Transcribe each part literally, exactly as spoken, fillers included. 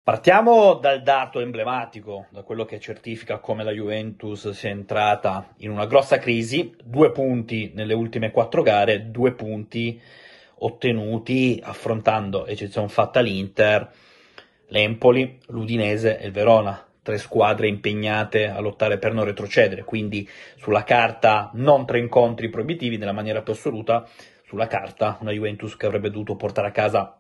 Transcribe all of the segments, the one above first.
Partiamo dal dato emblematico, da quello che certifica come la Juventus sia entrata in una grossa crisi. Due punti nelle ultime quattro gare, due punti ottenuti affrontando, eccezione fatta l'Inter, l'Empoli, l'Udinese e il Verona. Tre squadre impegnate a lottare per non retrocedere, quindi sulla carta non tre incontri proibitivi nella maniera più assoluta, sulla carta una Juventus che avrebbe dovuto portare a casa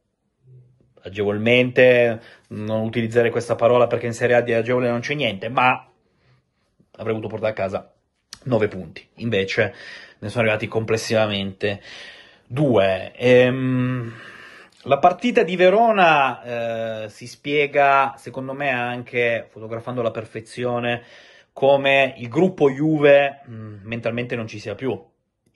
agevolmente, non utilizzare questa parola perché in Serie A di agevole non c'è niente, ma avrei voluto portare a casa nove punti, invece ne sono arrivati complessivamente due. Ehm, la partita di Verona eh, si spiega, secondo me, anche fotografando la perfezione, come il gruppo Juve mh, mentalmente non ci sia più.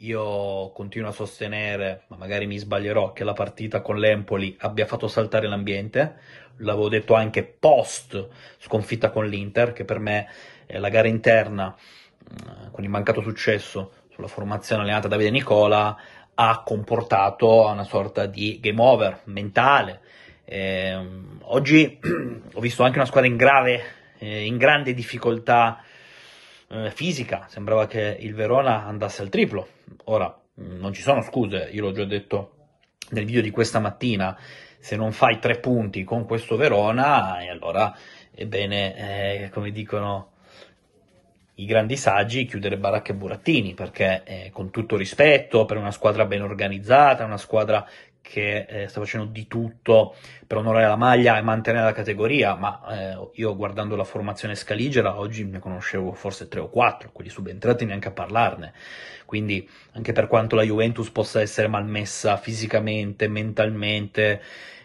Io continuo a sostenere, ma magari mi sbaglierò, che la partita con l'Empoli abbia fatto saltare l'ambiente. L'avevo detto anche post sconfitta con l'Inter, che per me eh, la gara interna, eh, con il mancato successo sulla formazione allenata da Davide Nicola, ha comportato una sorta di game over mentale. Eh, oggi ho visto anche una squadra in grave, eh, in grande difficoltà eh, fisica. Sembrava che il Verona andasse al triplo. Ora, non ci sono scuse, io l'ho già detto nel video di questa mattina, se non fai tre punti con questo Verona, e allora è bene, eh, come dicono i grandi saggi, chiudere baracca e burattini, perché eh, con tutto rispetto per una squadra ben organizzata, una squadra che eh, sta facendo di tutto per onorare la maglia e mantenere la categoria, ma eh, io guardando la formazione scaligera oggi ne conoscevo forse tre o quattro, quelli subentrati neanche a parlarne, quindi anche per quanto la Juventus possa essere malmessa fisicamente, mentalmente,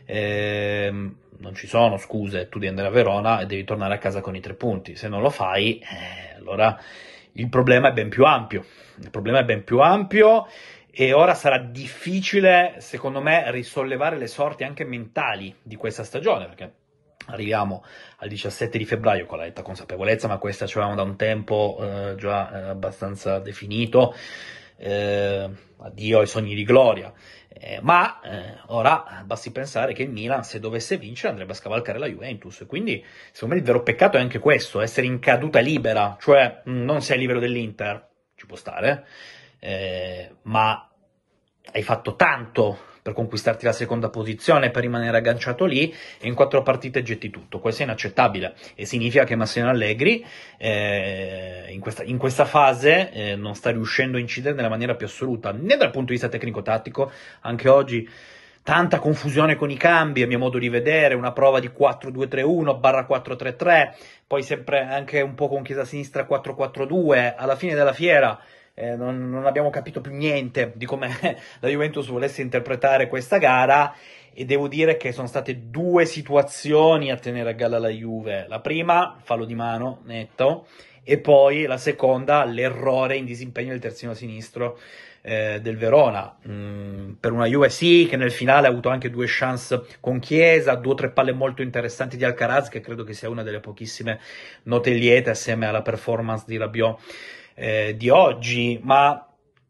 eh, non ci sono scuse, tu devi andare a Verona e devi tornare a casa con i tre punti, se non lo fai, eh, allora il problema è ben più ampio, il problema è ben più ampio e ora sarà difficile, secondo me, risollevare le sorti anche mentali di questa stagione, perché arriviamo al diciassette di febbraio con la netta consapevolezza, ma questa ce l'avevamo da un tempo eh, già eh, abbastanza definito, eh, addio ai sogni di gloria, eh, ma eh, ora basti pensare che il Milan, se dovesse vincere, andrebbe a scavalcare la Juventus, quindi secondo me il vero peccato è anche questo, essere in caduta libera, cioè mh, non sei a livello dell'Inter, ci può stare, eh, ma hai fatto tanto per conquistarti la seconda posizione, per rimanere agganciato lì, e in quattro partite getti tutto. Questo è inaccettabile e significa che Massimiliano Allegri eh, in, questa, in questa fase eh, non sta riuscendo a incidere nella maniera più assoluta, né dal punto di vista tecnico-tattico. Anche oggi tanta confusione con i cambi, a mio modo di vedere, una prova di quattro due tre uno barra quattro tre tre, poi sempre anche un po' con chiesa sinistra quattro quattro due, alla fine della fiera Eh, non, non abbiamo capito più niente di come la Juventus volesse interpretare questa gara, e devo dire che sono state due situazioni a tenere a galla la Juve. La prima, fallo di mano, netto, e poi la seconda, l'errore in disimpegno del terzino sinistro eh, del Verona. Mm, per una Juve sì, che nel finale ha avuto anche due chance con Chiesa, due o tre palle molto interessanti di Alcaraz, che credo che sia una delle pochissime note liete assieme alla performance di Rabiot Eh, di oggi, ma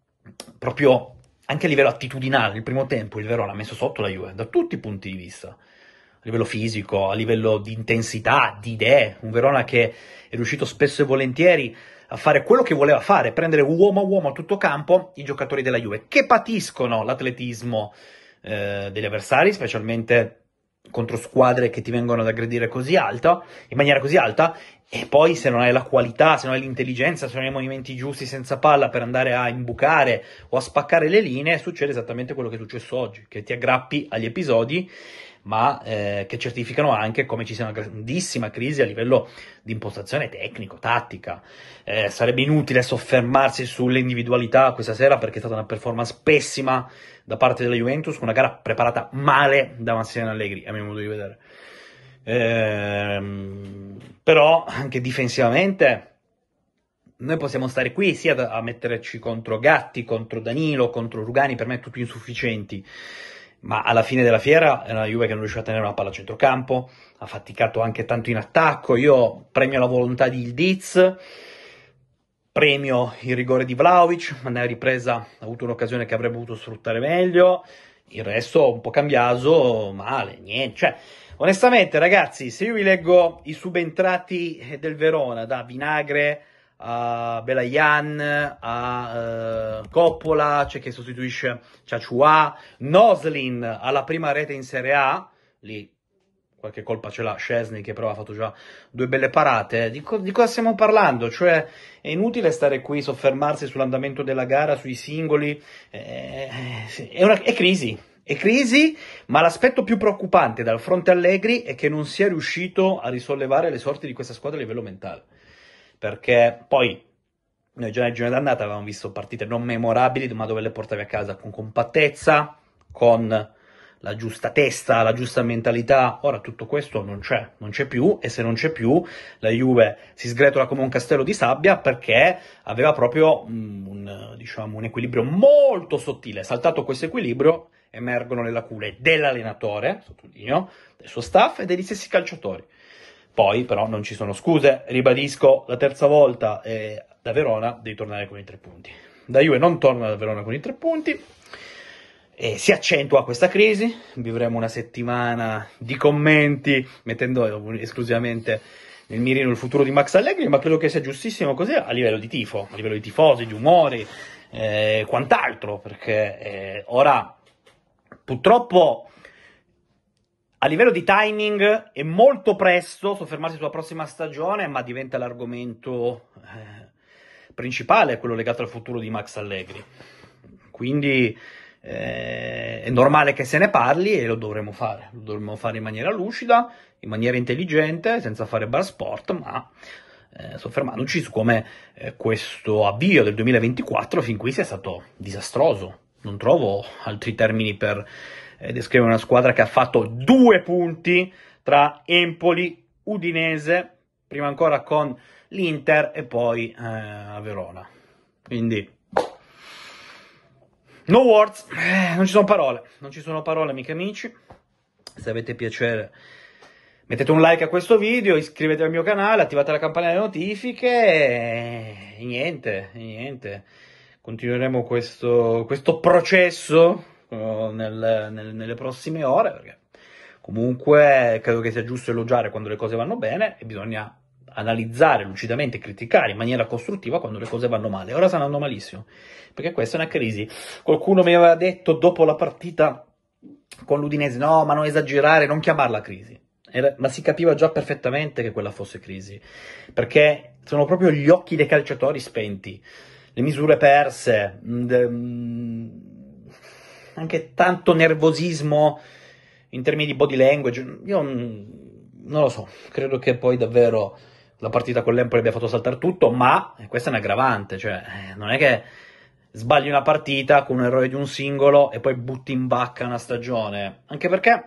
proprio anche a livello attitudinale, il primo tempo il Verona ha messo sotto la Juve da tutti i punti di vista, a livello fisico, a livello di intensità, di idee, un Verona che è riuscito spesso e volentieri a fare quello che voleva fare, prendere uomo a uomo a tutto campo i giocatori della Juve, che patiscono l'atletismo eh, degli avversari, specialmente contro squadre che ti vengono ad aggredire così alta, in maniera così alta, e poi se non hai la qualità, se non hai l'intelligenza, se non hai i movimenti giusti senza palla per andare a imbucare o a spaccare le linee, succede esattamente quello che è successo oggi, che ti aggrappi agli episodi, ma eh, che certificano anche come ci sia una grandissima crisi a livello di impostazione tecnico-tattica. Eh, sarebbe inutile soffermarsi sulle individualità questa sera, perché è stata una performance pessima da parte della Juventus, una gara preparata male da Massimiliano Allegri, a mio modo di vedere. Ehm, però anche difensivamente noi possiamo stare qui sia a metterci contro Gatti, contro Danilo, contro Rugani, per me tutti insufficienti, ma alla fine della fiera è una Juve che non riusciva a tenere una palla a centrocampo, ha faticato anche tanto in attacco. Io premio la volontà di Ildiz, premio il rigore di Vlahovic, ma nella ripresa ha avuto un'occasione che avrebbe potuto sfruttare meglio. Il resto un po' cambiato, male, niente, cioè Onestamente, ragazzi, se io vi leggo i subentrati del Verona, da Vinagre a Belayan, a uh, Coppola, c'è che sostituisce Ciaciua, Noslin alla prima rete in Serie A, lì qualche colpa ce l'ha Szczesny, che però ha fatto già due belle parate. Di, co di cosa stiamo parlando? Cioè, è inutile stare qui, soffermarsi sull'andamento della gara, sui singoli, eh, è, una, è crisi. È crisi, ma l'aspetto più preoccupante dal fronte Allegri è che non sia riuscito a risollevare le sorti di questa squadra a livello mentale. Perché poi noi già nel girone d'andata avevamo visto partite non memorabili, ma dove le portavi a casa con compattezza, con la giusta testa, la giusta mentalità. Ora tutto questo non c'è, non c'è più, e se non c'è più la Juve si sgretola come un castello di sabbia, perché aveva proprio un, un, diciamo, un equilibrio molto sottile. Saltato questo equilibrio, emergono le lacune dell'allenatore, sottolineo, del suo staff e degli stessi calciatori. Poi però non ci sono scuse, ribadisco la terza volta, eh, da Verona devi tornare con i tre punti. Da Juve non torna da Verona con i tre punti, e si accentua questa crisi. Vivremo una settimana di commenti mettendo esclusivamente nel mirino il futuro di Max Allegri, ma credo che sia giustissimo così a livello di tifo, a livello di tifosi, di umori, eh, quant'altro, perché eh, ora purtroppo a livello di timing è molto presto soffermarsi sulla prossima stagione, ma diventa l'argomento eh, principale, quello legato al futuro di Max Allegri. Quindi eh, è normale che se ne parli, e lo dovremo fare. Lo dovremo fare in maniera lucida, in maniera intelligente, senza fare bar sport, ma eh, soffermandoci su come eh, questo avvio del duemilaventiquattro fin qui sia stato disastroso. Non trovo altri termini per eh, descrivere una squadra che ha fatto due punti tra Empoli, Udinese, prima ancora con l'Inter e poi eh, a Verona. Quindi no words, eh, non ci sono parole, non ci sono parole, amici e amici. Se avete piacere mettete un like a questo video, iscrivetevi al mio canale, attivate la campanella delle notifiche e, e niente, e niente. Continueremo questo, questo processo uh, nel, nel, nelle prossime ore, perché comunque credo che sia giusto elogiare quando le cose vanno bene e bisogna analizzare lucidamente, criticare in maniera costruttiva quando le cose vanno male. Ora stanno andando malissimo, perché questa è una crisi. Qualcuno mi aveva detto dopo la partita con l'Udinese, no, ma non esagerare, non chiamarla crisi. Era, ma si capiva già perfettamente che quella fosse crisi, perché sono proprio gli occhi dei calciatori spenti, le misure perse, anche tanto nervosismo in termini di body language. Io non lo so, credo che poi davvero la partita con l'Empoli abbia fatto saltare tutto, ma questa è un'aggravante, cioè non è che sbagli una partita con un errore di un singolo e poi butti in bacca una stagione, anche perché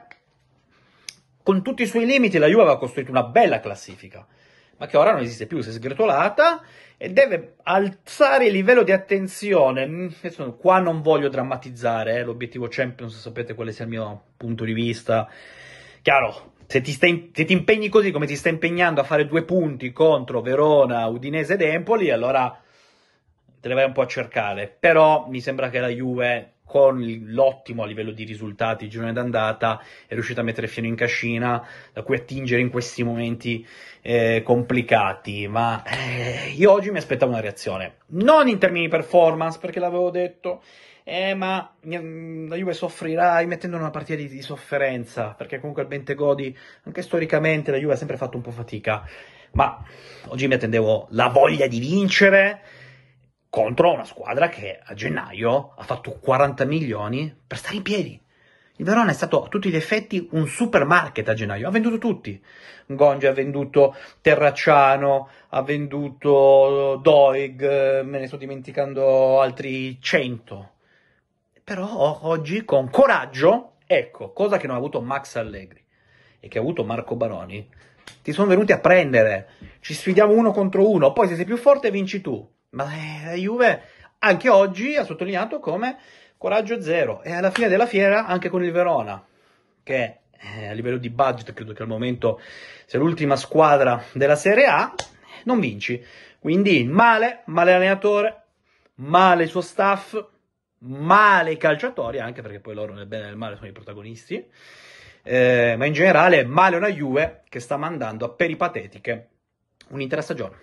con tutti i suoi limiti la Juve aveva costruito una bella classifica, ma che ora non esiste più, si è sgretolata e deve alzare il livello di attenzione. Qua non voglio drammatizzare, eh, l'obiettivo Champions sapete quale sia il mio punto di vista. Chiaro, se ti, stai, se ti impegni così come ti stai impegnando a fare due punti contro Verona, Udinese ed Empoli, allora te le vai un po' a cercare. Però mi sembra che la Juve, con l'ottimo a livello di risultati il girone d'andata, è riuscita a mettere fieno in cascina, da cui attingere in questi momenti eh, complicati. Ma eh, io oggi mi aspettavo una reazione, non in termini di performance, perché l'avevo detto, eh, ma la Juve soffrirà mettendo una partita di, di sofferenza, perché comunque il Bentegodi, anche storicamente, la Juve ha sempre fatto un po' fatica. Ma oggi mi attendevo la voglia di vincere contro una squadra che a gennaio ha fatto quaranta milioni per stare in piedi. Il Verona è stato a tutti gli effetti un supermarket a gennaio, ha venduto tutti. Gongi ha venduto Terracciano, ha venduto Doig, me ne sto dimenticando altri cento. Però oggi con coraggio, ecco, cosa che non ha avuto Max Allegri e che ha avuto Marco Baroni, ti sono venuti a prendere, ci sfidiamo uno contro uno, poi se sei più forte vinci tu. Ma la Juve anche oggi ha sottolineato come coraggio zero, e alla fine della fiera anche con il Verona, che eh, a livello di budget credo che al momento sia l'ultima squadra della Serie A, non vinci. Quindi male, male allenatore, male il suo staff, male i calciatori, anche perché poi loro nel bene e nel male sono i protagonisti. eh, ma in generale male una Juve che sta mandando a peripatetiche un'intera stagione.